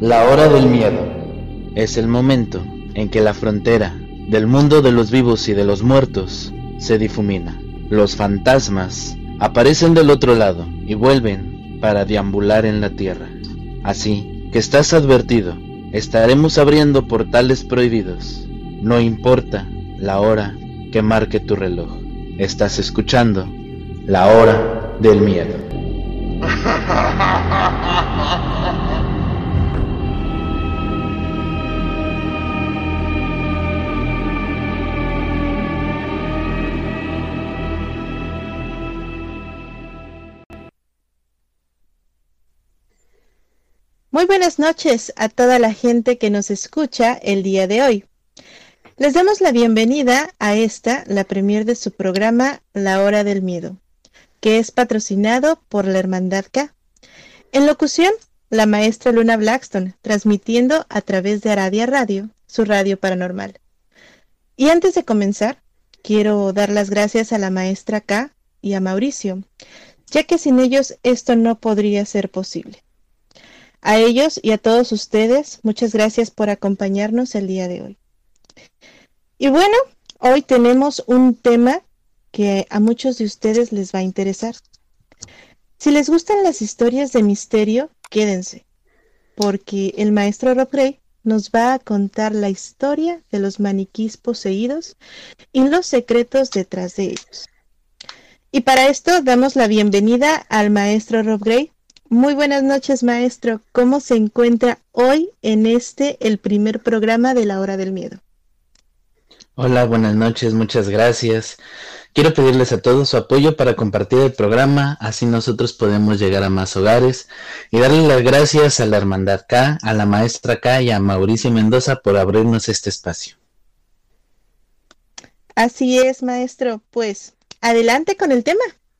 La hora del miedo es el momento en que la frontera del mundo de los vivos y de los muertos se difumina. Los fantasmas aparecen del otro lado y vuelven para deambular en la tierra. Así que estás advertido, estaremos abriendo portales prohibidos. No importa la hora que marque tu reloj. Estás escuchando La Hora del Miedo. Muy buenas noches a toda la gente que nos escucha el día de hoy. Les damos la bienvenida a la premier de su programa La Hora del Miedo, que es patrocinado por la Hermandad K. En locución, la maestra Luna Blackstone, transmitiendo a través de Aradia Radio, su radio paranormal. Y antes de comenzar, quiero dar las gracias a la maestra K y a Mauricio, ya que sin ellos esto no podría ser posible. A ellos y a todos ustedes, muchas gracias por acompañarnos el día de hoy. Y bueno, hoy tenemos un tema que a muchos de ustedes les va a interesar. Si les gustan las historias de misterio, quédense, porque el maestro Rob Gray nos va a contar la historia de los maniquís poseídos y los secretos detrás de ellos. Y para esto damos la bienvenida al maestro Rob Gray. Muy buenas noches, maestro. ¿Cómo se encuentra hoy en el primer programa de La Hora del Miedo? Hola, buenas noches, muchas gracias. Quiero pedirles a todos su apoyo para compartir el programa, así nosotros podemos llegar a más hogares, y darle las gracias a la Hermandad K, a la maestra K y a Mauricio Mendoza por abrirnos este espacio. Así es, maestro. Pues, adelante con el tema.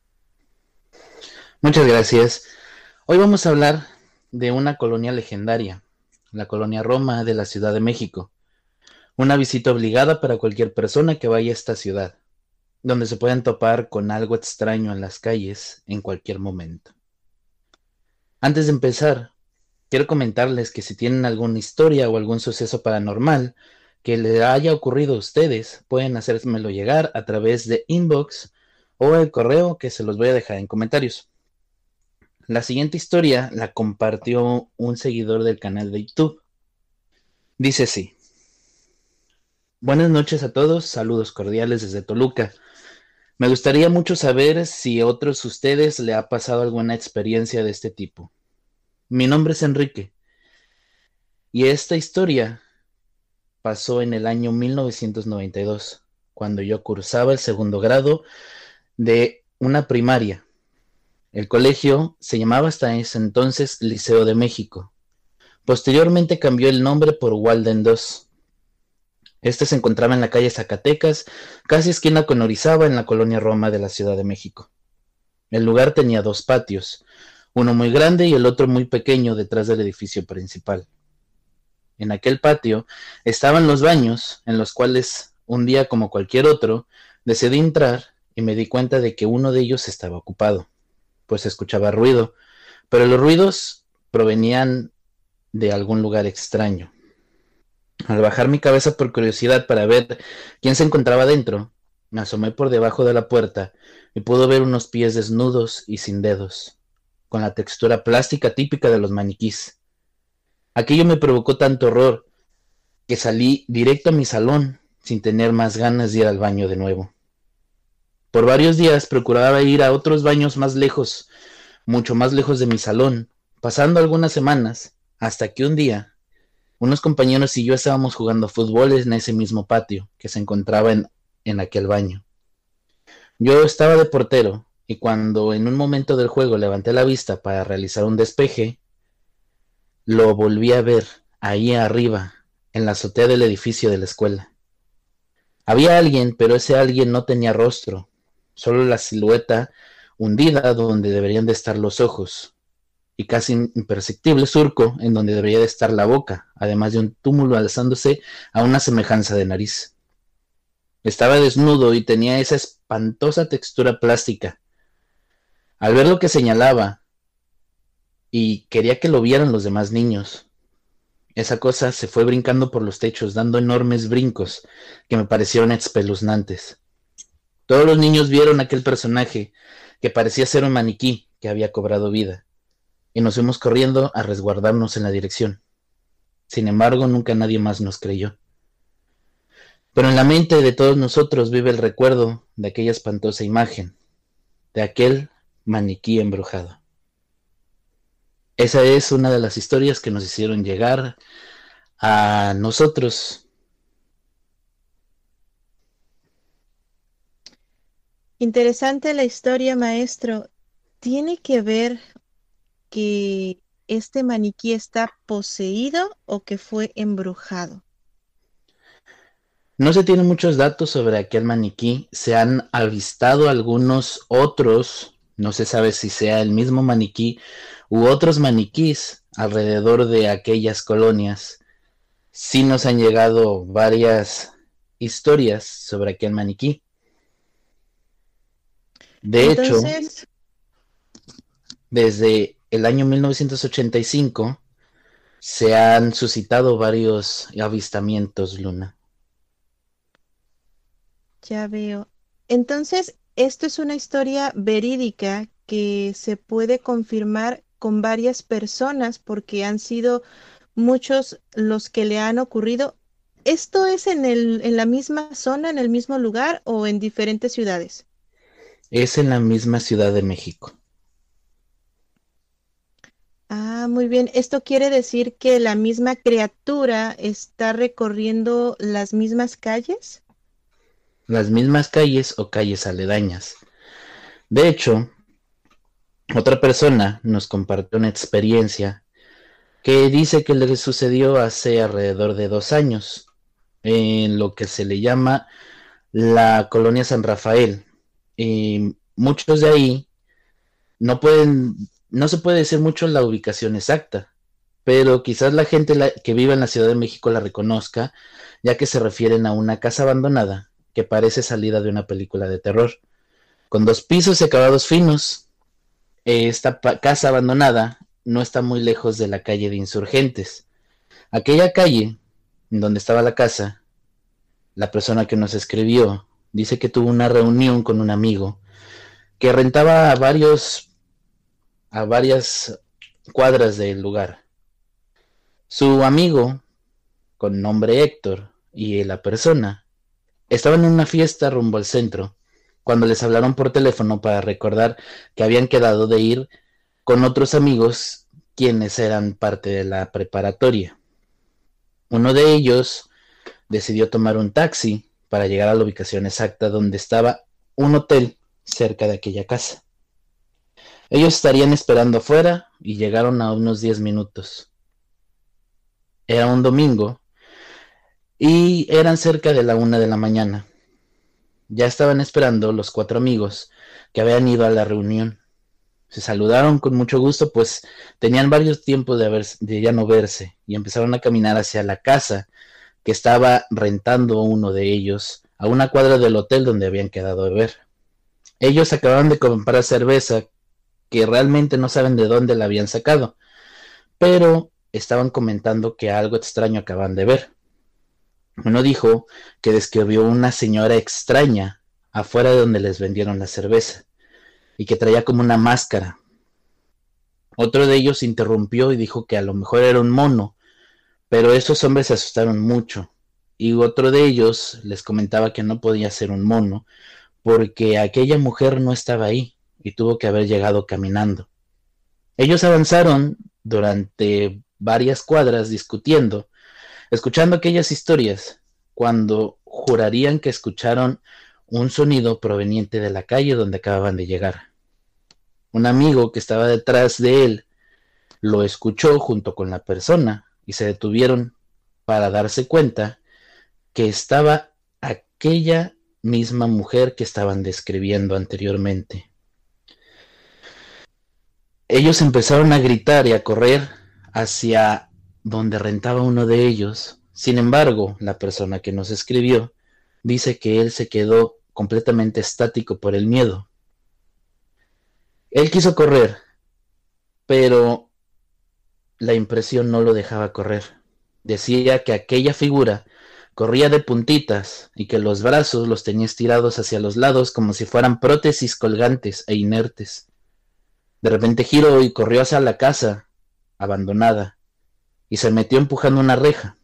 Muchas gracias. Hoy vamos a hablar de una colonia legendaria, la colonia Roma de la Ciudad de México. Una visita obligada para cualquier persona que vaya a esta ciudad, donde se pueden topar con algo extraño en las calles en cualquier momento. Antes de empezar, quiero comentarles que si tienen alguna historia o algún suceso paranormal que le haya ocurrido a ustedes, pueden hacérmelo llegar a través de inbox o el correo que se los voy a dejar en comentarios. La siguiente historia la compartió un seguidor del canal de YouTube. Dice así: buenas noches a todos, saludos cordiales desde Toluca. Me gustaría mucho saber si a otros de ustedes le ha pasado alguna experiencia de este tipo. Mi nombre es Enrique y esta historia pasó en el año 1992, cuando yo cursaba el segundo grado de una primaria. El colegio se llamaba hasta ese entonces Liceo de México. Posteriormente cambió el nombre por Walden II. Este se encontraba en la calle Zacatecas, casi esquina con Orizaba, en la colonia Roma de la Ciudad de México. El lugar tenía dos patios, uno muy grande y el otro muy pequeño detrás del edificio principal. En aquel patio estaban los baños, en los cuales, un día como cualquier otro, decidí entrar y me di cuenta de que uno de ellos estaba ocupado, pues se escuchaba ruido, pero los ruidos provenían de algún lugar extraño. Al bajar mi cabeza por curiosidad para ver quién se encontraba dentro, me asomé por debajo de la puerta y pude ver unos pies desnudos y sin dedos, con la textura plástica típica de los maniquís. Aquello me provocó tanto horror que salí directo a mi salón sin tener más ganas de ir al baño de nuevo. Por varios días procuraba ir a otros baños más lejos, mucho más lejos de mi salón, pasando algunas semanas, hasta que un día unos compañeros y yo estábamos jugando fútbol en ese mismo patio que se encontraba en aquel baño. Yo estaba de portero y cuando en un momento del juego levanté la vista para realizar un despeje, lo volví a ver ahí arriba, en la azotea del edificio de la escuela. Había alguien, pero ese alguien no tenía rostro, solo la silueta hundida donde deberían de estar los ojos, y casi imperceptible surco en donde debería de estar la boca, además de un túmulo alzándose a una semejanza de nariz. Estaba desnudo y tenía esa espantosa textura plástica. Al ver lo que señalaba, y quería que lo vieran los demás niños, Esa cosa se fue brincando por los techos, dando enormes brincos que me parecieron espeluznantes. Todos los niños vieron aquel personaje que parecía ser un maniquí que había cobrado vida, y nos fuimos corriendo a resguardarnos en la dirección. Sin embargo, nunca nadie más nos creyó. Pero en la mente de todos nosotros vive el recuerdo de aquella espantosa imagen, de aquel maniquí embrujado. Esa es una de las historias que nos hicieron llegar a nosotros. Interesante la historia, maestro. ¿Tiene que ver que este maniquí está poseído o que fue embrujado? No se tienen muchos datos sobre aquel maniquí, se han avistado algunos otros, no se sabe si sea el mismo maniquí u otros maniquís alrededor de aquellas colonias. Sí nos han llegado varias historias sobre aquel maniquí. De hecho, Entonces, desde el año 1985 se han suscitado varios avistamientos, Luna. ya veo. Entonces, esto es una historia verídica que se puede confirmar con varias personas porque han sido muchos los que le han ocurrido. ¿Esto es en la misma zona, en el mismo lugar o en diferentes ciudades? Es en la misma Ciudad de México. Ah, muy bien. Esto quiere decir que la misma criatura está recorriendo las mismas calles. Las mismas calles o calles aledañas. De hecho, otra persona nos compartió una experiencia que dice que le sucedió hace alrededor de 2 años, en lo que se le llama la colonia San Rafael. Y muchos de ahí no se puede decir mucho la ubicación exacta, pero quizás la gente que vive en la Ciudad de México la reconozca, ya que se refieren a una casa abandonada que parece salida de una película de terror, con 2 pisos y acabados finos. Esta casa abandonada no está muy lejos de la calle de Insurgentes. Aquella calle donde estaba la casa, la persona que nos escribió dice que tuvo una reunión con un amigo que rentaba a varias cuadras del lugar. Su amigo, con nombre Héctor, y la persona estaban en una fiesta rumbo al centro cuando les hablaron por teléfono para recordar que habían quedado de ir con otros amigos quienes eran parte de la preparatoria. Uno de ellos decidió tomar un taxi para llegar a la ubicación exacta donde estaba un hotel cerca de aquella casa. Ellos estarían esperando afuera y llegaron a unos 10 minutos. Era un domingo y eran cerca de la 1 de la mañana. Ya estaban esperando los 4 amigos que habían ido a la reunión. Se saludaron con mucho gusto, pues tenían varios tiempos de ya no verse, y empezaron a caminar hacia la casa que estaba rentando uno de ellos, a una cuadra del hotel donde habían quedado de ver. Ellos acababan de comprar cerveza, que realmente no saben de dónde la habían sacado, pero estaban comentando que algo extraño acaban de ver. Uno dijo que describió una señora extraña afuera de donde les vendieron la cerveza, y que traía como una máscara. Otro de ellos interrumpió y dijo que a lo mejor era un mono, pero esos hombres se asustaron mucho, y otro de ellos les comentaba que no podía ser un mono, porque aquella mujer no estaba ahí, y tuvo que haber llegado caminando. Ellos avanzaron durante varias cuadras discutiendo, escuchando aquellas historias, cuando jurarían que escucharon un sonido proveniente de la calle donde acababan de llegar. Un amigo que estaba detrás de él lo escuchó junto con la persona y se detuvieron para darse cuenta que estaba aquella misma mujer que estaban describiendo anteriormente. Ellos empezaron a gritar y a correr hacia donde rentaba uno de ellos. Sin embargo, la persona que nos escribió dice que él se quedó completamente estático por el miedo. Él quiso correr, pero la impresión no lo dejaba correr. Decía que aquella figura corría de puntitas y que los brazos los tenía estirados hacia los lados como si fueran prótesis colgantes e inertes. De repente giró y corrió hacia la casa, abandonada, y se metió empujando una reja.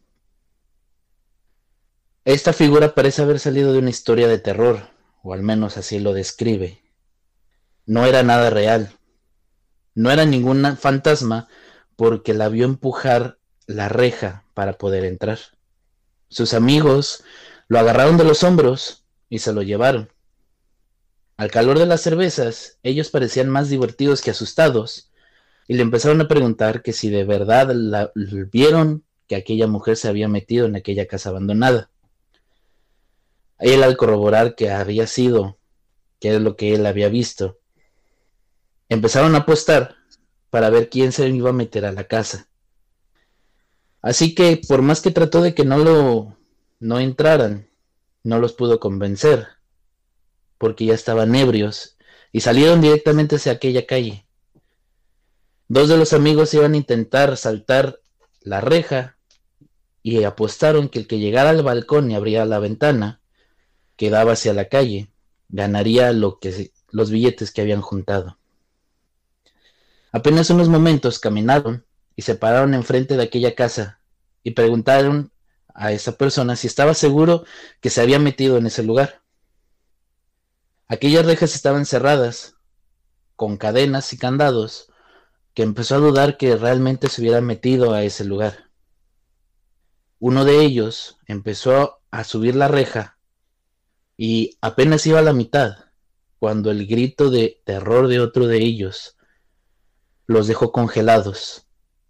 Esta figura parece haber salido de una historia de terror, o al menos así lo describe. No era nada real. No era ningún fantasma porque la vio empujar la reja para poder entrar. Sus amigos lo agarraron de los hombros y se lo llevaron. Al calor de las cervezas, ellos parecían más divertidos que asustados y le empezaron a preguntar que si de verdad vieron que aquella mujer se había metido en aquella casa abandonada. Él, al corroborar que había sido, que es lo que él había visto, empezaron a apostar para ver quién se iba a meter a la casa. Así que por más que trató de que no entraran, no los pudo convencer, porque ya estaban ebrios y salieron directamente hacia aquella calle. Dos de los amigos iban a intentar saltar la reja y apostaron que el que llegara al balcón y abría la ventana, que daba hacia la calle, ganaría los billetes que habían juntado. Apenas unos momentos caminaron y se pararon enfrente de aquella casa y preguntaron a esa persona si estaba seguro que se había metido en ese lugar. Aquellas rejas estaban cerradas, con cadenas y candados, que empezó a dudar que realmente se hubiera metido a ese lugar. Uno de ellos empezó a subir la reja y apenas iba a la mitad, cuando el grito de terror de otro de ellos los dejó congelados.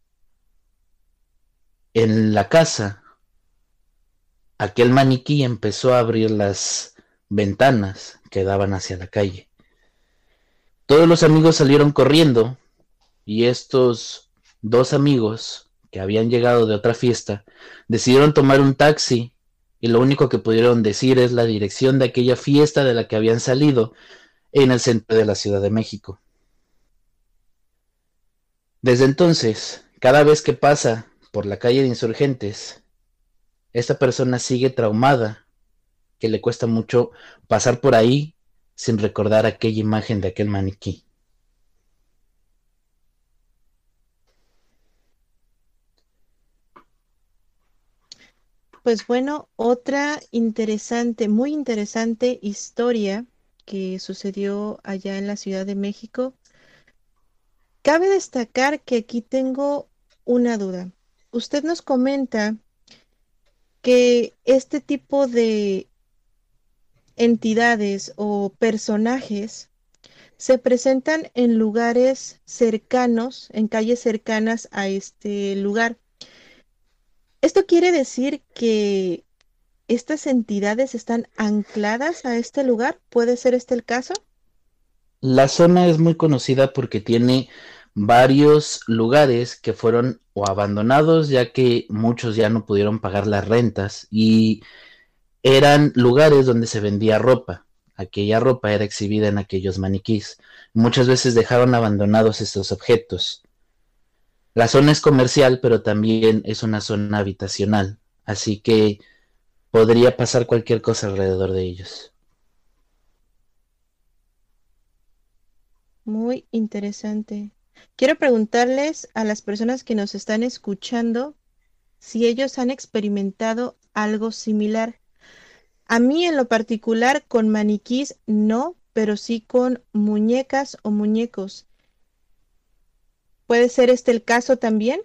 En la casa, aquel maniquí empezó a abrir las ventanas que daban hacia la calle. Todos los amigos salieron corriendo y estos dos amigos que habían llegado de otra fiesta decidieron tomar un taxi y lo único que pudieron decir es la dirección de aquella fiesta de la que habían salido en el centro de la Ciudad de México. Desde entonces, cada vez que pasa por la calle de Insurgentes, esta persona sigue traumada, que le cuesta mucho pasar por ahí sin recordar aquella imagen de aquel maniquí. Pues bueno, otra interesante, muy interesante historia que sucedió allá en la Ciudad de México. Cabe destacar que aquí tengo una duda. Usted nos comenta que este tipo de entidades o personajes se presentan en lugares cercanos, en calles cercanas a este lugar. ¿Esto quiere decir que estas entidades están ancladas a este lugar? ¿Puede ser este el caso? La zona es muy conocida porque tiene varios lugares que fueron o abandonados ya que muchos ya no pudieron pagar las rentas y eran lugares donde se vendía ropa. Aquella ropa era exhibida en aquellos maniquís. Muchas veces dejaron abandonados estos objetos. La zona es comercial, pero también es una zona habitacional, así que podría pasar cualquier cosa alrededor de ellos. Muy interesante. Quiero preguntarles a las personas que nos están escuchando si ellos han experimentado algo similar. A mí en lo particular con maniquís no, pero sí con muñecas o muñecos. ¿Puede ser este el caso también?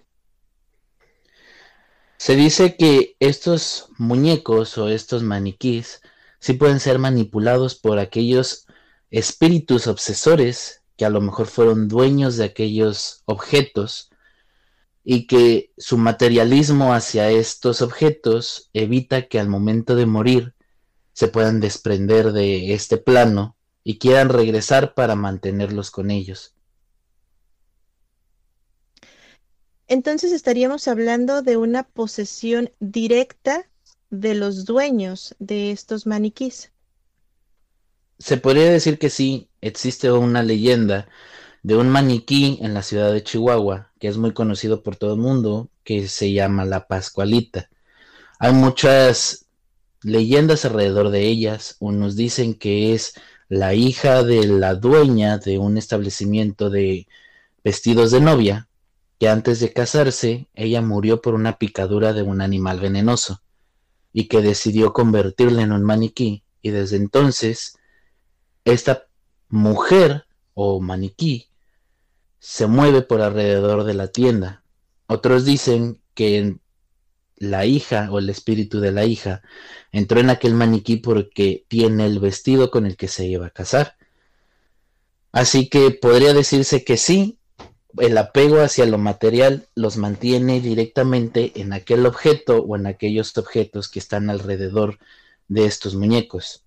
Se dice que estos muñecos o estos maniquís sí pueden ser manipulados por aquellos espíritus obsesores que a lo mejor fueron dueños de aquellos objetos y que su materialismo hacia estos objetos evita que al momento de morir se puedan desprender de este plano y quieran regresar para mantenerlos con ellos. Entonces estaríamos hablando de una posesión directa de los dueños de estos maniquís. Se podría decir que sí, existe una leyenda de un maniquí en la ciudad de Chihuahua, que es muy conocido por todo el mundo, que se llama la Pascualita. Hay muchas leyendas alrededor de ellas. Unos dicen que es la hija de la dueña de un establecimiento de vestidos de novia, que antes de casarse ella murió por una picadura de un animal venenoso y que decidió convertirla en un maniquí, y desde entonces esta mujer o maniquí se mueve por alrededor de la tienda. Otros dicen que la hija o el espíritu de la hija entró en aquel maniquí porque tiene el vestido con el que se iba a casar. Así que podría decirse que sí, el apego hacia lo material los mantiene directamente en aquel objeto o en aquellos objetos que están alrededor de estos muñecos.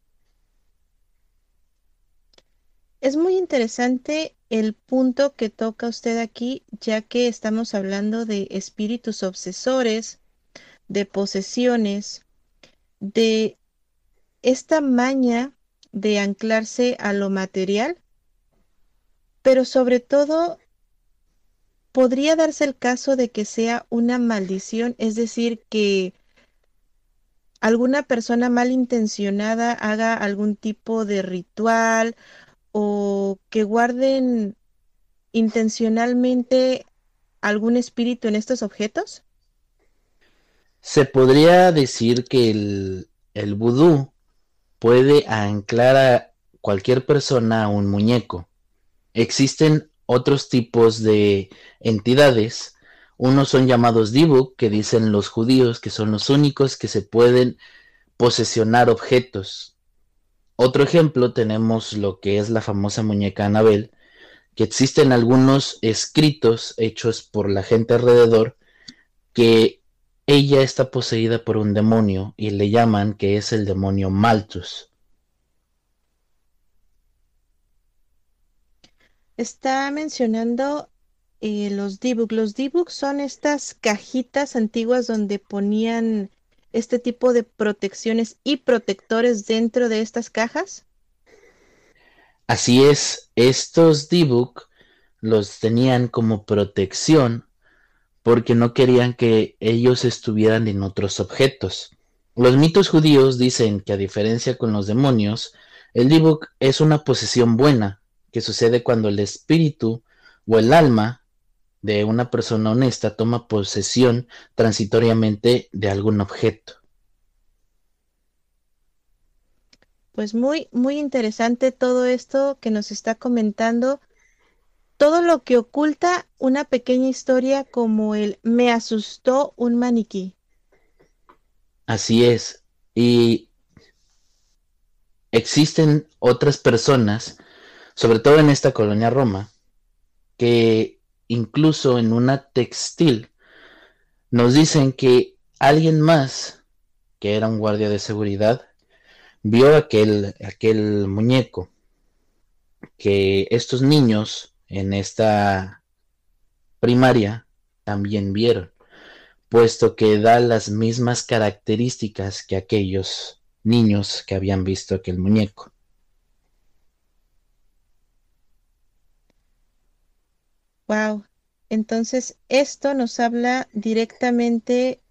Es muy interesante el punto que toca usted aquí, ya que estamos hablando de espíritus obsesores, de posesiones, de esta maña de anclarse a lo material, pero sobre todo podría darse el caso de que sea una maldición, es decir, que alguna persona malintencionada haga algún tipo de ritual o que guarden intencionalmente algún espíritu en estos objetos. Se podría decir que el vudú puede anclar a cualquier persona a un muñeco. Existen otros tipos de entidades. Unos son llamados Dibuk, que dicen los judíos que son los únicos que se pueden posesionar objetos. Otro ejemplo tenemos lo que es la famosa muñeca Anabel, que existen algunos escritos hechos por la gente alrededor que ella está poseída por un demonio y le llaman que es el demonio Malthus. Está mencionando los D-Book. Los D-Book son estas cajitas antiguas donde ponían este tipo de protecciones y protectores dentro de estas cajas. Así es, estos D-Book los tenían como protección porque no querían que ellos estuvieran en otros objetos. Los mitos judíos dicen que a diferencia con los demonios, el D-Book es una posesión buena, que sucede cuando el espíritu o el alma de una persona honesta toma posesión transitoriamente de algún objeto. Pues muy, muy interesante todo esto que nos está comentando, todo lo que oculta una pequeña historia como el me asustó un maniquí. Así es. Y existen otras personas, sobre todo en esta colonia Roma, que incluso en una textil nos dicen que alguien más, que era un guardia de seguridad, vio aquel muñeco que estos niños en esta primaria también vieron, puesto que da las mismas características que aquellos niños que habían visto aquel muñeco. Wow. Entonces, esto nos habla directamente,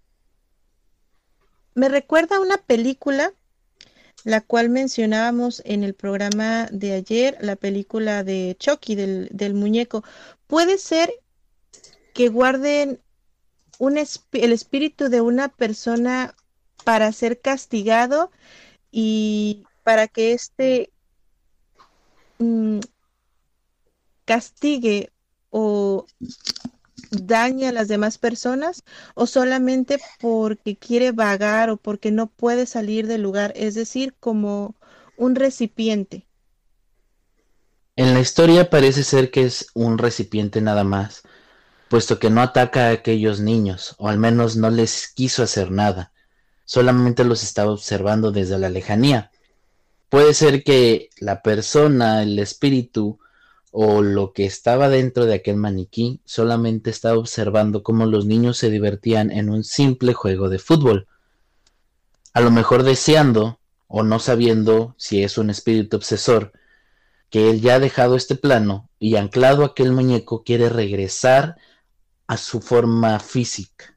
me recuerda a una película, la cual mencionábamos en el programa de ayer, la película de Chucky, del muñeco. Puede ser que guarden el espíritu de una persona para ser castigado y para que éste mm, castigue o dañe a las demás personas, o solamente porque quiere vagar o porque no puede salir del lugar, es decir, como un recipiente. En la historia parece ser que es un recipiente nada más, puesto que no ataca a aquellos niños, o al menos no les quiso hacer nada, solamente los estaba observando desde la lejanía. Puede ser que la persona, el espíritu o lo que estaba dentro de aquel maniquí solamente estaba observando cómo los niños se divertían en un simple juego de fútbol, a lo mejor deseando o no sabiendo si es un espíritu obsesor, que él ya ha dejado este plano y anclado aquel muñeco quiere regresar a su forma física.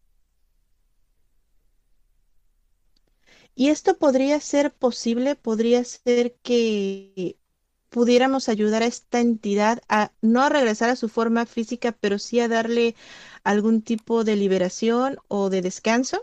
¿Y esto podría ser posible? ¿Podría ser que pudiéramos ayudar a esta entidad a no a regresar a su forma física, pero sí a darle algún tipo de liberación o de descanso?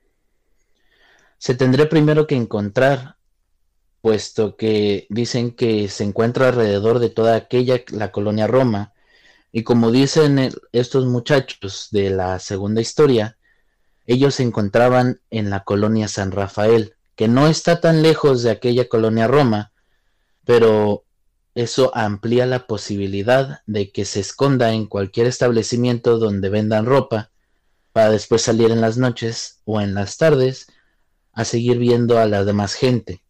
Se tendría primero que encontrar, puesto que dicen que se encuentra alrededor de toda aquella, la colonia Roma, y como dicen estos muchachos de la segunda historia, ellos se encontraban en la colonia San Rafael, que no está tan lejos de aquella colonia Roma, pero eso amplía la posibilidad de que se esconda en cualquier establecimiento donde vendan ropa para después salir en las noches o en las tardes a seguir viendo a la demás gente.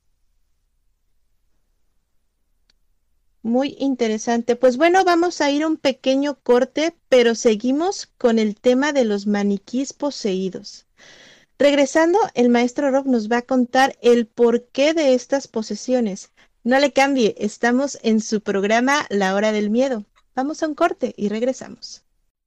Muy interesante. Pues bueno, vamos a ir a un pequeño corte, pero seguimos con el tema de los maniquís poseídos. Regresando, el maestro Rob nos va a contar el porqué de estas posesiones. No le cambie, estamos en su programa La Hora del Miedo. Vamos a un corte y regresamos.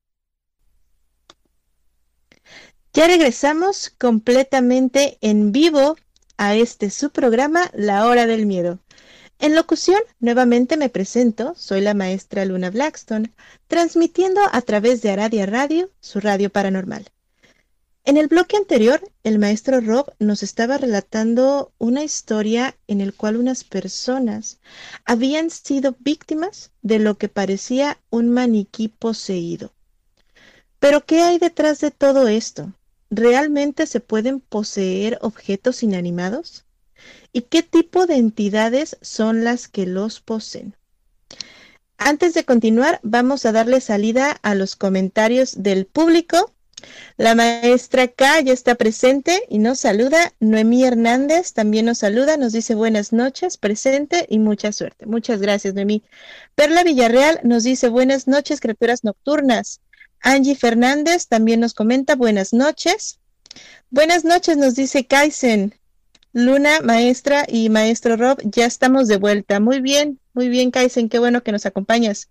Ya regresamos completamente en vivo a este su programa La Hora del Miedo. En locución, nuevamente me presento, soy la maestra Luna Blackstone, transmitiendo a través de Aradia Radio, su radio paranormal. En el bloque anterior, el maestro Rob nos estaba relatando una historia en el cual unas personas habían sido víctimas de lo que parecía un maniquí poseído. Pero ¿qué hay detrás de todo esto? ¿Realmente se pueden poseer objetos inanimados? ¿Y qué tipo de entidades son las que los poseen? Antes de continuar, vamos a darle salida a los comentarios del público. La maestra K ya está presente y nos saluda. Noemí Hernández también nos saluda, nos dice buenas noches, presente y mucha suerte. Muchas gracias, Noemí. Perla Villarreal nos dice buenas noches, criaturas nocturnas. Angie Fernández también nos comenta buenas noches. Buenas noches, nos dice Kaizen. Luna, maestra y maestro Rob, ya estamos de vuelta. Muy bien, Kaizen, qué bueno que nos acompañas.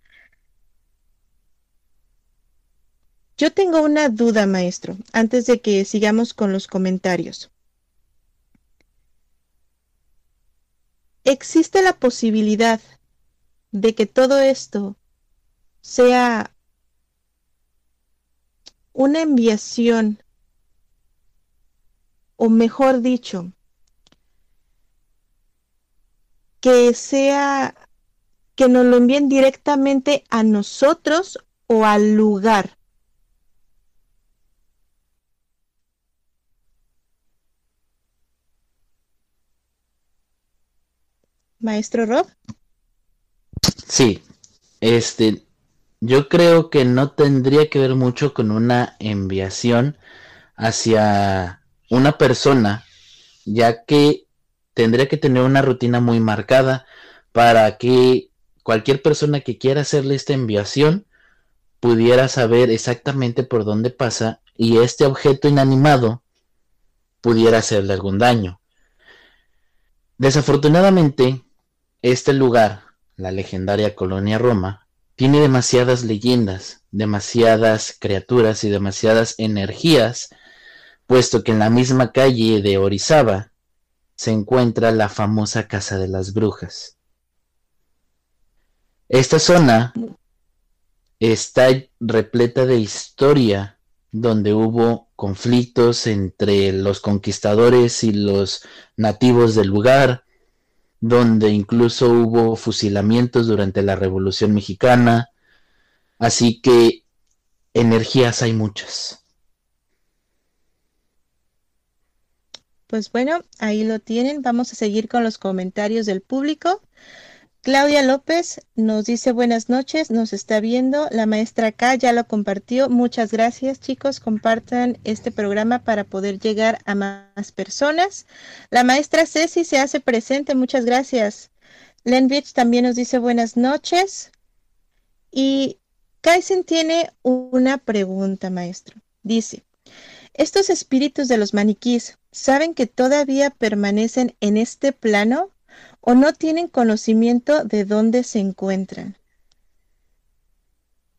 Yo tengo una duda, maestro, antes de que sigamos con los comentarios. ¿Existe la posibilidad de que todo esto sea una enviación, o mejor dicho, que nos lo envíen directamente a nosotros o al lugar? Maestro Rob. Sí, yo creo que no tendría que ver mucho con una enviación hacia una persona, ya que tendría que tener una rutina muy marcada para que cualquier persona que quiera hacerle esta enviación pudiera saber exactamente por dónde pasa y este objeto inanimado pudiera hacerle algún daño. Desafortunadamente, este lugar, la legendaria colonia Roma, tiene demasiadas leyendas, demasiadas criaturas y demasiadas energías, puesto que en la misma calle de Orizaba se encuentra la famosa Casa de las Brujas. Esta zona está repleta de historia, donde hubo conflictos entre los conquistadores y los nativos del lugar, donde incluso hubo fusilamientos durante la Revolución Mexicana, así que energías hay muchas. Pues bueno, ahí lo tienen. Vamos a seguir con los comentarios del público. Claudia López nos dice buenas noches, nos está viendo. La maestra acá ya lo compartió. Muchas gracias, chicos. Compartan este programa para poder llegar a más personas. La maestra Ceci se hace presente. Muchas gracias. Len Beach también nos dice buenas noches. Y Kaizen tiene una pregunta, maestro. Dice, ¿estos espíritus de los maniquís saben que todavía permanecen en este plano o no tienen conocimiento de dónde se encuentran?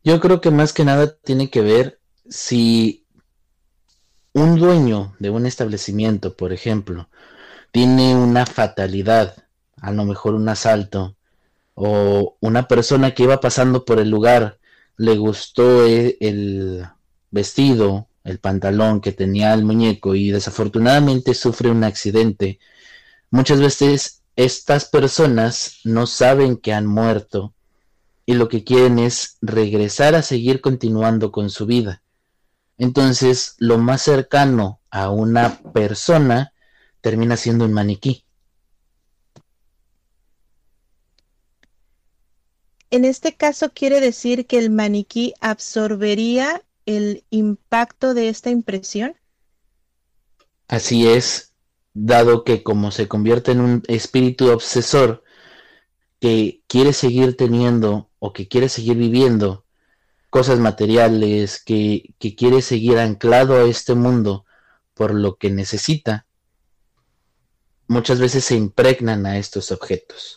Yo creo que más que nada tiene que ver si un dueño de un establecimiento, por ejemplo, tiene una fatalidad, a lo mejor un asalto, o una persona que iba pasando por el lugar le gustó el vestido, el pantalón que tenía el muñeco y desafortunadamente sufre un accidente. Muchas veces estas personas no saben que han muerto y lo que quieren es regresar a seguir continuando con su vida. Entonces, lo más cercano a una persona termina siendo un maniquí. En este caso quiere decir que el maniquí absorbería el impacto de esta impresión. Así es, dado que como se convierte en un espíritu obsesor que quiere seguir teniendo o que quiere seguir viviendo cosas materiales, que quiere seguir anclado a este mundo por lo que necesita, muchas veces se impregnan a estos objetos.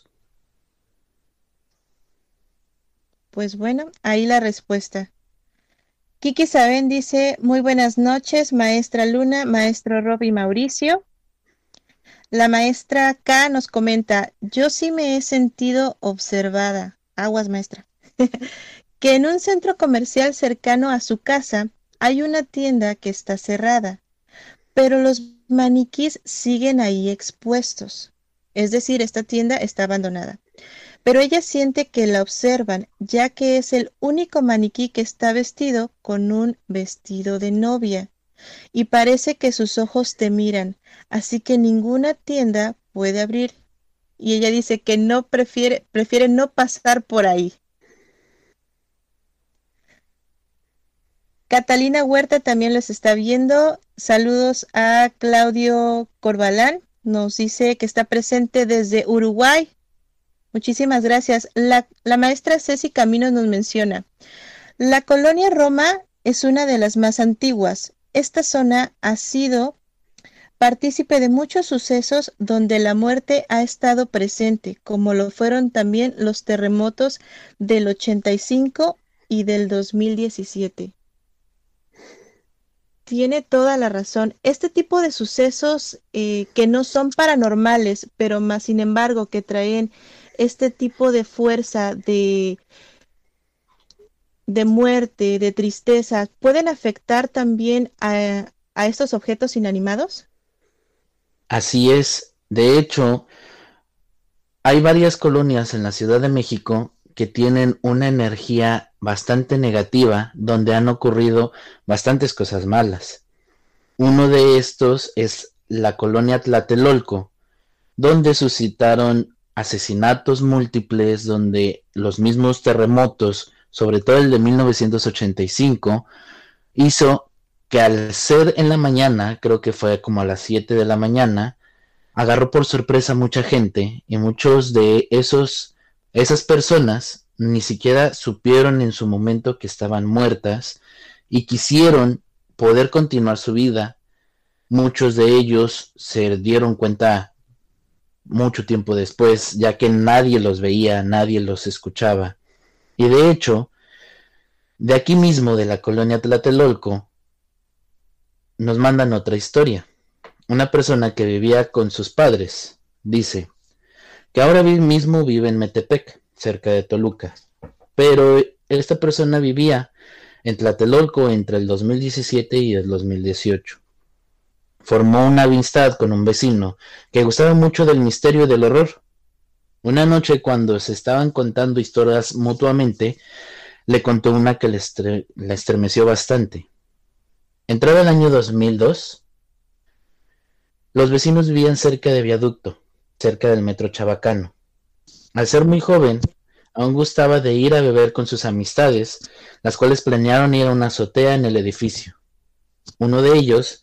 Pues bueno, ahí la respuesta. Kiki Saben dice, muy buenas noches, maestra Luna, maestro Rob y Mauricio. La maestra K nos comenta, yo sí me he sentido observada, aguas maestra, que en un centro comercial cercano a su casa hay una tienda que está cerrada, pero los maniquís siguen ahí expuestos. Es decir, esta tienda está abandonada. Pero ella siente que la observan, ya que es el único maniquí que está vestido con un vestido de novia, y parece que sus ojos te miran, así que ninguna tienda puede abrir. Y ella dice que no prefiere no pasar por ahí. Catalina Huerta también los está viendo. Saludos a Claudio Corbalán. Nos dice que está presente desde Uruguay. Muchísimas gracias. La maestra Ceci Caminos nos menciona, la colonia Roma es una de las más antiguas. Esta zona ha sido partícipe de muchos sucesos donde la muerte ha estado presente, como lo fueron también los terremotos del 85 y del 2017. Tiene toda la razón. Este tipo de sucesos que no son paranormales, pero más sin embargo que traen este tipo de fuerza, de muerte, de tristeza, ¿pueden afectar también a estos objetos inanimados? Así es, de hecho, hay varias colonias en la Ciudad de México que tienen una energía bastante negativa, donde han ocurrido bastantes cosas malas. Uno de estos es la colonia Tlatelolco, donde suscitaron asesinatos múltiples, donde los mismos terremotos, sobre todo el de 1985, hizo que al ser en la mañana, creo que fue como a las 7 de la mañana, agarró por sorpresa a mucha gente y muchos de esas personas ni siquiera supieron en su momento que estaban muertas y quisieron poder continuar su vida. Muchos de ellos se dieron cuenta mucho tiempo después, ya que nadie los veía, nadie los escuchaba. Y de hecho, de aquí mismo de la colonia Tlatelolco, nos mandan otra historia. Una persona que vivía con sus padres dice que ahora mismo vive en Metepec, cerca de Toluca, pero esta persona vivía en Tlatelolco entre el 2017 y el 2018. Formó una amistad con un vecino que gustaba mucho del misterio y del horror. Una noche, cuando se estaban contando historias mutuamente, le contó una que le estremeció bastante. Entrado el año 2002, los vecinos vivían cerca de Viaducto, cerca del metro Chabacano. Al ser muy joven, aún gustaba de ir a beber con sus amistades, las cuales planearon ir a una azotea en el edificio. Uno de ellos,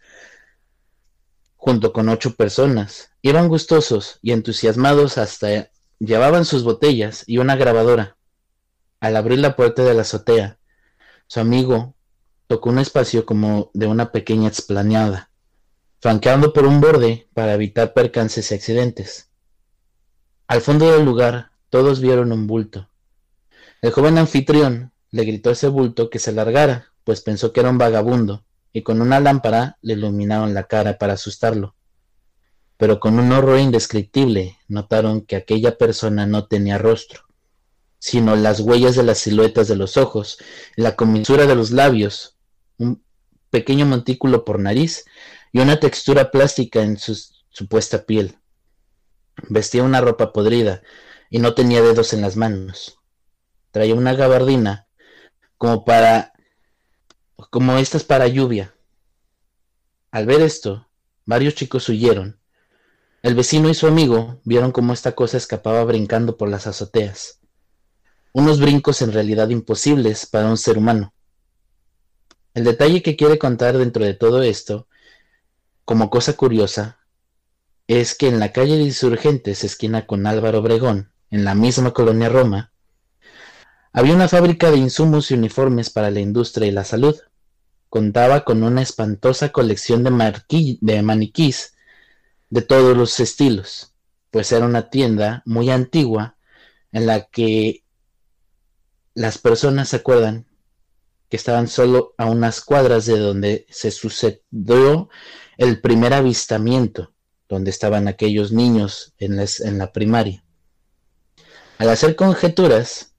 junto con 8 personas, iban gustosos y entusiasmados hasta llevaban sus botellas y una grabadora. Al abrir la puerta de la azotea, su amigo tocó un espacio como de una pequeña explanada, flanqueando por un borde para evitar percances y accidentes. Al fondo del lugar, todos vieron un bulto. El joven anfitrión le gritó a ese bulto que se largara, pues pensó que era un vagabundo, y con una lámpara le iluminaron la cara para asustarlo. Pero con un horror indescriptible notaron que aquella persona no tenía rostro, sino las huellas de las siluetas de los ojos, la comisura de los labios, un pequeño montículo por nariz y una textura plástica en su supuesta piel. Vestía una ropa podrida y no tenía dedos en las manos. Traía una gabardina como estas para lluvia. Al ver esto, varios chicos huyeron. El vecino y su amigo vieron cómo esta cosa escapaba brincando por las azoteas. Unos brincos en realidad imposibles para un ser humano. El detalle que quiere contar dentro de todo esto, como cosa curiosa, es que en la calle de Insurgentes, esquina con Álvaro Obregón, en la misma colonia Roma, había una fábrica de insumos y uniformes para la industria y la salud. Contaba con una espantosa colección de maniquís de todos los estilos, pues era una tienda muy antigua en la que las personas se acuerdan que estaban solo a unas cuadras de donde se sucedió el primer avistamiento, donde estaban aquellos niños en la primaria. Al hacer conjeturas,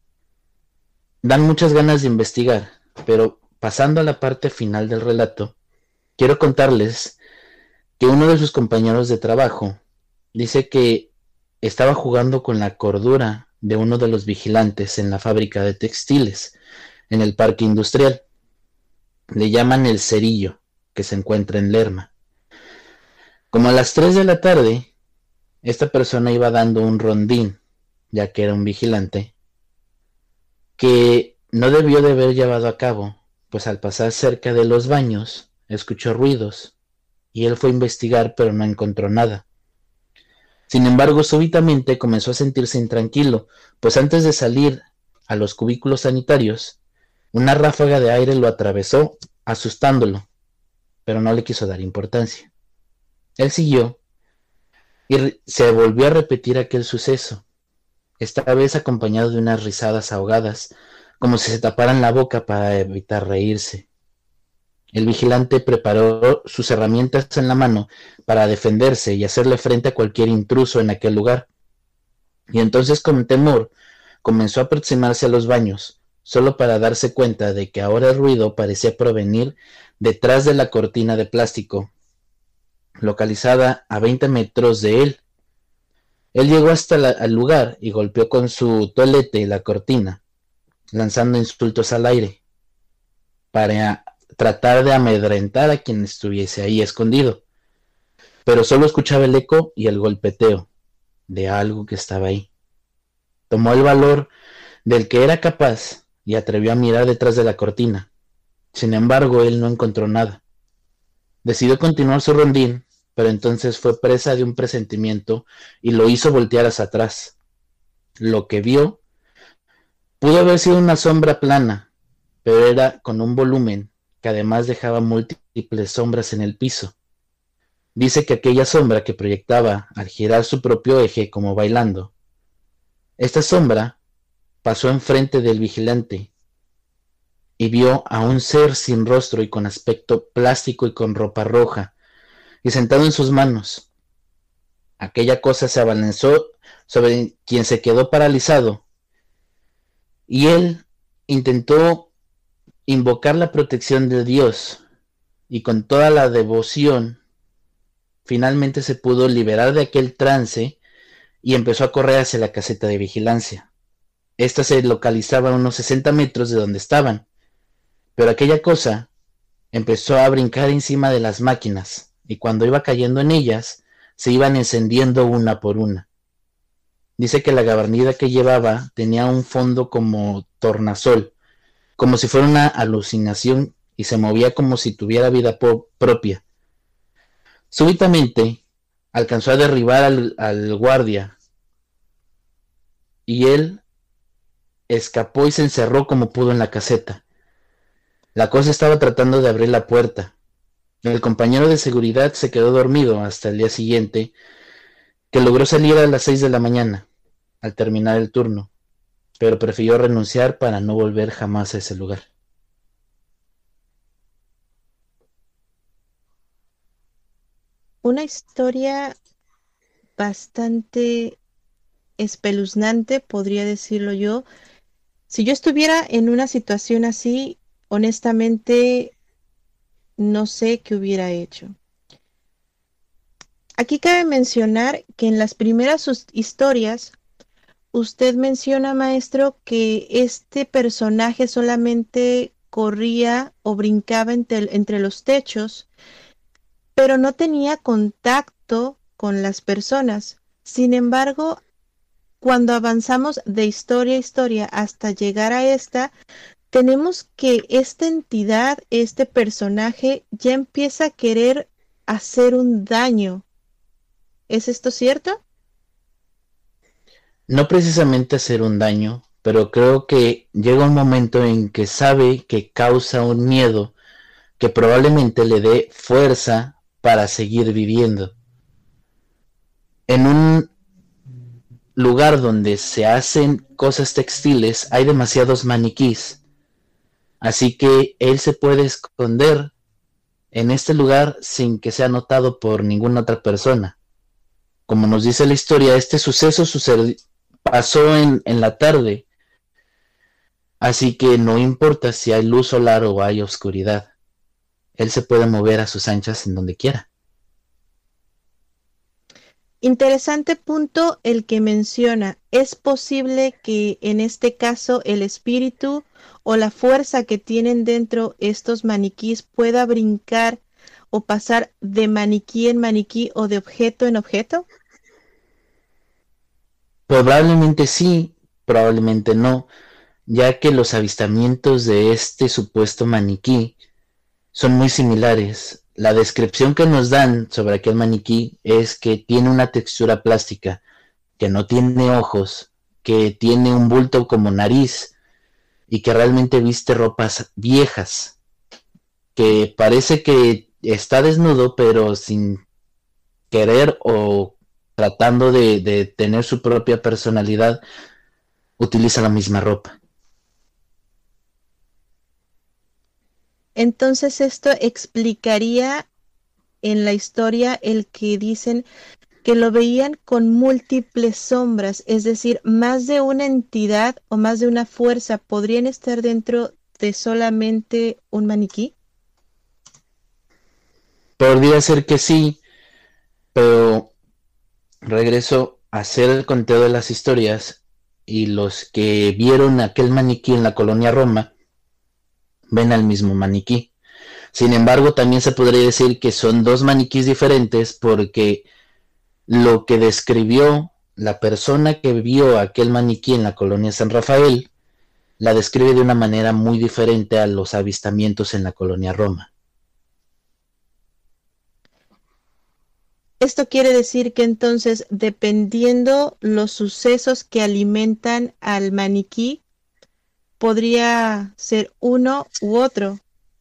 dan muchas ganas de investigar, pero pasando a la parte final del relato, quiero contarles que uno de sus compañeros de trabajo dice que estaba jugando con la cordura de uno de los vigilantes en la fábrica de textiles, en el parque industrial. Le llaman el Cerillo, que se encuentra en Lerma. Como a las 3 de la tarde, esta persona iba dando un rondín, ya que era un vigilante, que no debió de haber llevado a cabo, pues al pasar cerca de los baños, escuchó ruidos, y él fue a investigar, pero no encontró nada. Sin embargo, súbitamente comenzó a sentirse intranquilo, pues antes de salir a los cubículos sanitarios, una ráfaga de aire lo atravesó, asustándolo, pero no le quiso dar importancia. Él siguió y se volvió a repetir aquel suceso, esta vez acompañado de unas risadas ahogadas, como si se taparan la boca para evitar reírse. El vigilante preparó sus herramientas en la mano para defenderse y hacerle frente a cualquier intruso en aquel lugar. Y entonces, con temor, comenzó a aproximarse a los baños, solo para darse cuenta de que ahora el ruido parecía provenir detrás de la cortina de plástico, localizada a 20 metros de él. Él llegó hasta el lugar y golpeó con su tolete la cortina, lanzando insultos al aire, para tratar de amedrentar a quien estuviese ahí escondido. Pero solo escuchaba el eco y el golpeteo de algo que estaba ahí. Tomó el valor del que era capaz y atrevió a mirar detrás de la cortina. Sin embargo, él no encontró nada. Decidió continuar su rondín, pero entonces fue presa de un presentimiento y lo hizo voltear hacia atrás. Lo que vio pudo haber sido una sombra plana, pero era con un volumen que además dejaba múltiples sombras en el piso. Dice que aquella sombra que proyectaba al girar su propio eje como bailando, esta sombra pasó enfrente del vigilante y vio a un ser sin rostro y con aspecto plástico y con ropa roja, y sentado en sus manos. Aquella cosa se abalanzó sobre quien se quedó paralizado, y él intentó invocar la protección de Dios, y con toda la devoción, finalmente se pudo liberar de aquel trance y empezó a correr hacia la caseta de vigilancia. Esta se localizaba a unos 60 metros de donde estaban, pero aquella cosa empezó a brincar encima de las máquinas, y cuando iba cayendo en ellas, se iban encendiendo una por una. Dice que la gabardina que llevaba tenía un fondo como tornasol, como si fuera una alucinación, y se movía como si tuviera vida propia. Súbitamente alcanzó a derribar al guardia, y él escapó y se encerró como pudo en la caseta. La cosa estaba tratando de abrir la puerta. El compañero de seguridad se quedó dormido hasta el día siguiente, que logró salir a las 6 de la mañana, al terminar el turno. pero prefirió renunciar para no volver jamás a ese lugar. Una historia bastante espeluznante, podría decirlo yo. Si yo estuviera en una situación así, honestamente, no sé qué hubiera hecho. Aquí cabe mencionar que en las primeras historias, usted menciona, maestro, que este personaje solamente corría o brincaba entre los techos, pero no tenía contacto con las personas. Sin embargo, cuando avanzamos de historia a historia hasta llegar a esta, tenemos que esta entidad, este personaje, ya empieza a querer hacer un daño. ¿Es esto cierto? No precisamente hacer un daño, pero creo que llega un momento en que sabe que causa un miedo que probablemente le dé fuerza para seguir viviendo. En un lugar donde se hacen cosas textiles hay demasiados maniquís, así que él se puede esconder en este lugar sin que sea notado por ninguna otra persona. Como nos dice la historia, este suceso pasó en la tarde, así que no importa si hay luz solar o hay oscuridad, él se puede mover a sus anchas en donde quiera. Interesante punto el que menciona. ¿Es posible que en este caso el espíritu o la fuerza que tienen dentro estos maniquís pueda brincar o pasar de maniquí en maniquí o de objeto en objeto? Probablemente sí, probablemente no, ya que los avistamientos de este supuesto maniquí son muy similares. La descripción que nos dan sobre aquel maniquí es que tiene una textura plástica, que no tiene ojos, que tiene un bulto como nariz y que realmente viste ropas viejas, que parece que está desnudo pero sin querer o tratando de tener su propia personalidad, utiliza la misma ropa. Entonces esto explicaría en la historia el que dicen que lo veían con múltiples sombras, es decir, más de una entidad o más de una fuerza podrían estar dentro de solamente un maniquí. Podría ser que sí, pero regreso a hacer el conteo de las historias y los que vieron aquel maniquí en la colonia Roma ven al mismo maniquí. Sin embargo, también se podría decir que son dos maniquís diferentes porque lo que describió la persona que vio aquel maniquí en la colonia San Rafael la describe de una manera muy diferente a los avistamientos en la colonia Roma. Esto quiere decir que entonces, dependiendo los sucesos que alimentan al maniquí, podría ser uno u otro.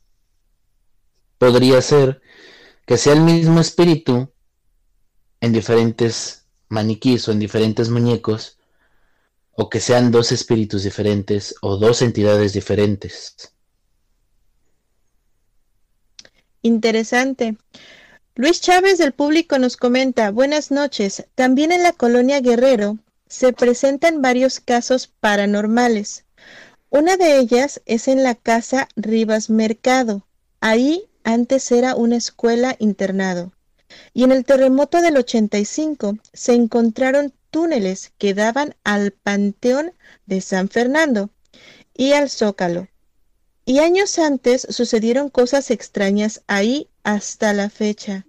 Podría ser que sea el mismo espíritu en diferentes maniquís o en diferentes muñecos, o que sean dos espíritus diferentes o dos entidades diferentes. Interesante. Luis Chávez del público nos comenta, buenas noches, también en la colonia Guerrero se presentan varios casos paranormales. Una de ellas es en la casa Rivas Mercado. Ahí antes era una escuela internado. Y en el terremoto del 85 se encontraron túneles que daban al Panteón de San Fernando y al Zócalo. Y años antes sucedieron cosas extrañas ahí hasta la fecha.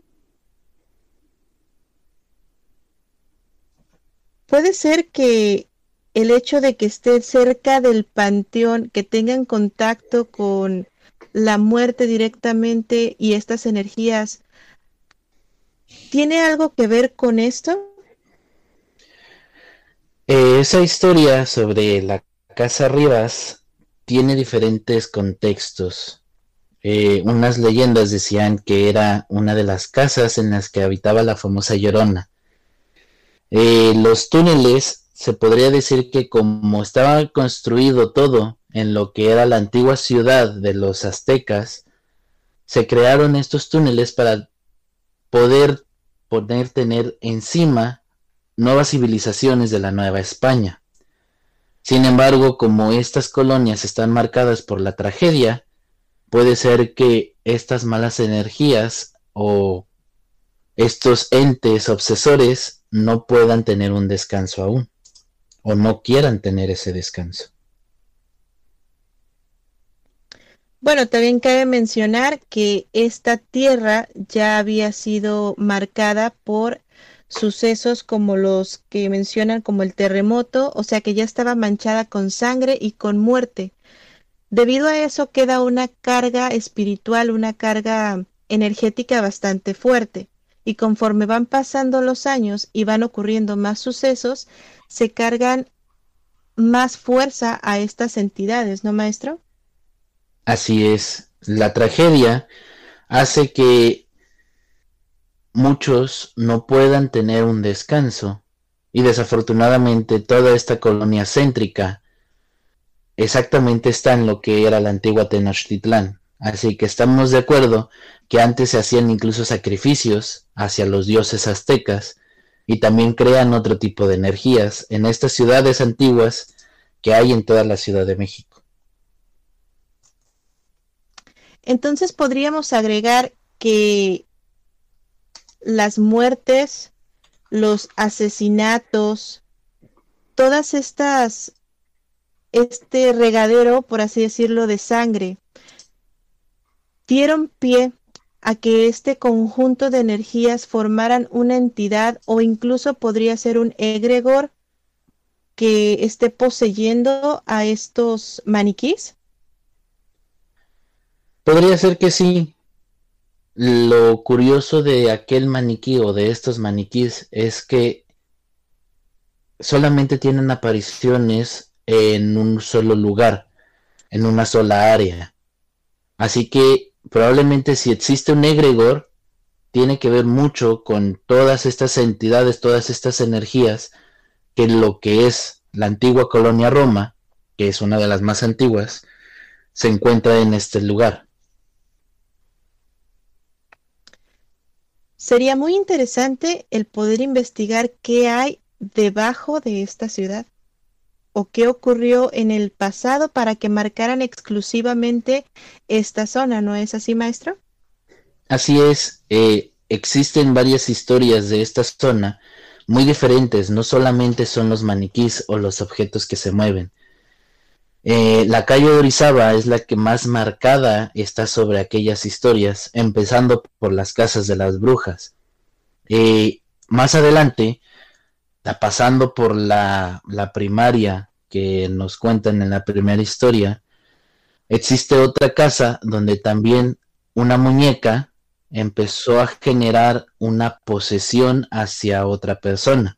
Puede ser que el hecho de que esté cerca del panteón, que tengan contacto con la muerte directamente y estas energías, ¿tiene algo que ver con esto? Esa historia sobre la casa Rivas tiene diferentes contextos. Unas leyendas decían que era una de las casas en las que habitaba la famosa Llorona. Los túneles se podría decir que como estaba construido todo en lo que era la antigua ciudad de los aztecas, se crearon estos túneles para poder tener encima nuevas civilizaciones de la Nueva España. Sin embargo, como estas colonias están marcadas por la tragedia, puede ser que estas malas energías o estos entes obsesores no puedan tener un descanso aún, o no quieran tener ese descanso. Bueno, también cabe mencionar que esta tierra ya había sido marcada por sucesos como los que mencionan como el terremoto, o sea que ya estaba manchada con sangre y con muerte. Debido a eso queda una carga espiritual, una carga energética bastante fuerte. Y conforme van pasando los años y van ocurriendo más sucesos, se cargan más fuerza a estas entidades, ¿no, maestro? Así es, la tragedia hace que muchos no puedan tener un descanso y desafortunadamente toda esta colonia céntrica exactamente está en lo que era la antigua Tenochtitlán. Así que estamos de acuerdo que antes se hacían incluso sacrificios hacia los dioses aztecas y también crean otro tipo de energías en estas ciudades antiguas que hay en toda la Ciudad de México. Entonces podríamos agregar que las muertes, los asesinatos, todas estas, este regadero, por así decirlo, de sangre, dieron pie a que este conjunto de energías formaran una entidad o incluso podría ser un egregor que esté poseyendo a estos maniquís. Podría ser que sí. Lo curioso de aquel maniquí o de estos maniquís es que solamente tienen apariciones en un solo lugar, en una sola área. Así que probablemente si existe un egregor, tiene que ver mucho con todas estas entidades, todas estas energías, que lo que es la antigua colonia Roma, que es una de las más antiguas, se encuentra en este lugar. Sería muy interesante el poder investigar qué hay debajo de esta ciudad o qué ocurrió en el pasado para que marcaran exclusivamente esta zona, ¿no es así, maestro? Así es, existen varias historias de esta zona muy diferentes, no solamente son los maniquís o los objetos que se mueven. La calle de Orizaba es la que más marcada está sobre aquellas historias, empezando por las casas de las brujas. Más adelante, pasando por la primaria que nos cuentan en la primera historia, existe otra casa donde también una muñeca empezó a generar una posesión hacia otra persona.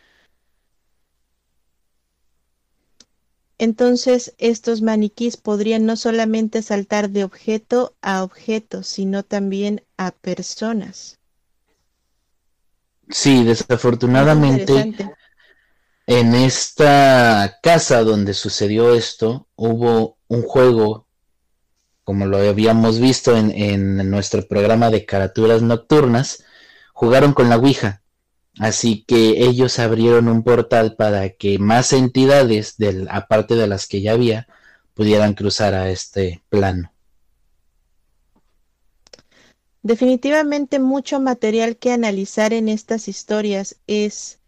Entonces, estos maniquís podrían no solamente saltar de objeto a objeto, sino también a personas. Sí, Muy desafortunadamente interesante. en esta casa donde sucedió esto hubo un juego, como lo habíamos visto en nuestro programa de caraturas nocturnas, jugaron con la Ouija. Así que ellos abrieron un portal para que más entidades, aparte de las que ya había, pudieran cruzar a este plano. Definitivamente mucho material que analizar en estas historias. Es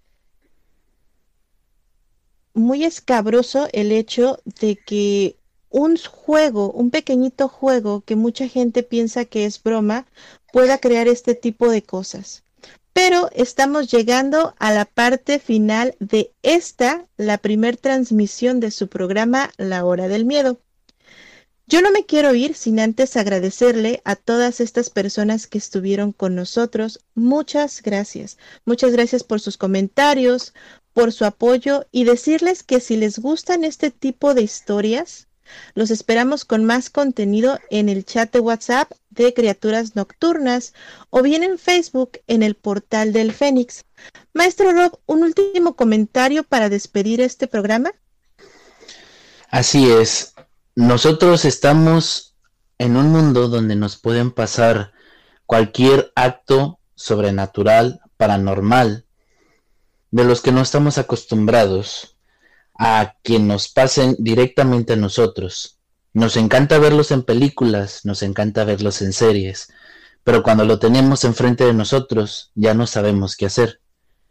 muy escabroso el hecho de que un juego, un pequeñito juego que mucha gente piensa que es broma, pueda crear este tipo de cosas. Pero estamos llegando a la parte final de esta, la primer transmisión de su programa La Hora del Miedo. Yo no me quiero ir sin antes agradecerle a todas estas personas que estuvieron con nosotros. Muchas gracias. Muchas gracias por sus comentarios, por su apoyo y decirles que si les gustan este tipo de historias, Los esperamos con más contenido en el chat de WhatsApp de Criaturas Nocturnas o bien en Facebook en el portal del Fénix. Maestro Rob, un último comentario para despedir este programa. Así es, nosotros estamos en un mundo donde nos pueden pasar cualquier acto sobrenatural, paranormal, de los que no estamos acostumbrados a que nos pasen directamente a nosotros. Nos encanta verlos en películas, nos encanta verlos en series, pero cuando lo tenemos enfrente de nosotros ya no sabemos qué hacer.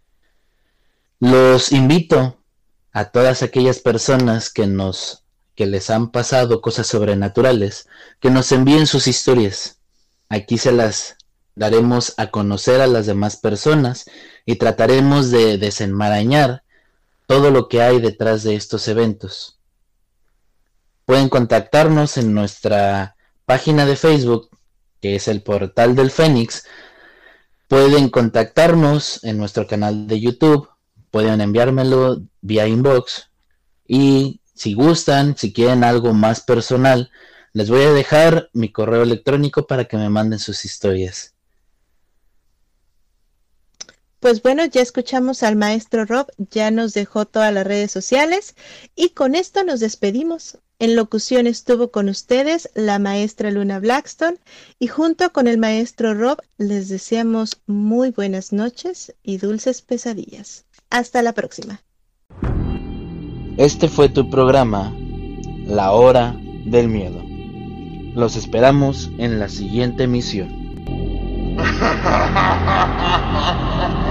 Los invito a todas aquellas personas que les han pasado cosas sobrenaturales, que nos envíen sus historias. Aquí se las daremos a conocer a las demás personas y trataremos de desenmarañar todo lo que hay detrás de estos eventos. Pueden contactarnos en nuestra página de Facebook, que es el Portal del Fénix. Pueden contactarnos en nuestro canal de YouTube. Pueden enviármelo vía inbox. Y si gustan, si quieren algo más personal, les voy a dejar mi correo electrónico para que me manden sus historias. Pues bueno, ya escuchamos al maestro Rob, ya nos dejó todas las redes sociales y con esto nos despedimos. En locución estuvo con ustedes la maestra Luna Blackstone y junto con el maestro Rob les deseamos muy buenas noches y dulces pesadillas. Hasta la próxima. Este fue tu programa, La Hora del Miedo. Los esperamos en la siguiente emisión.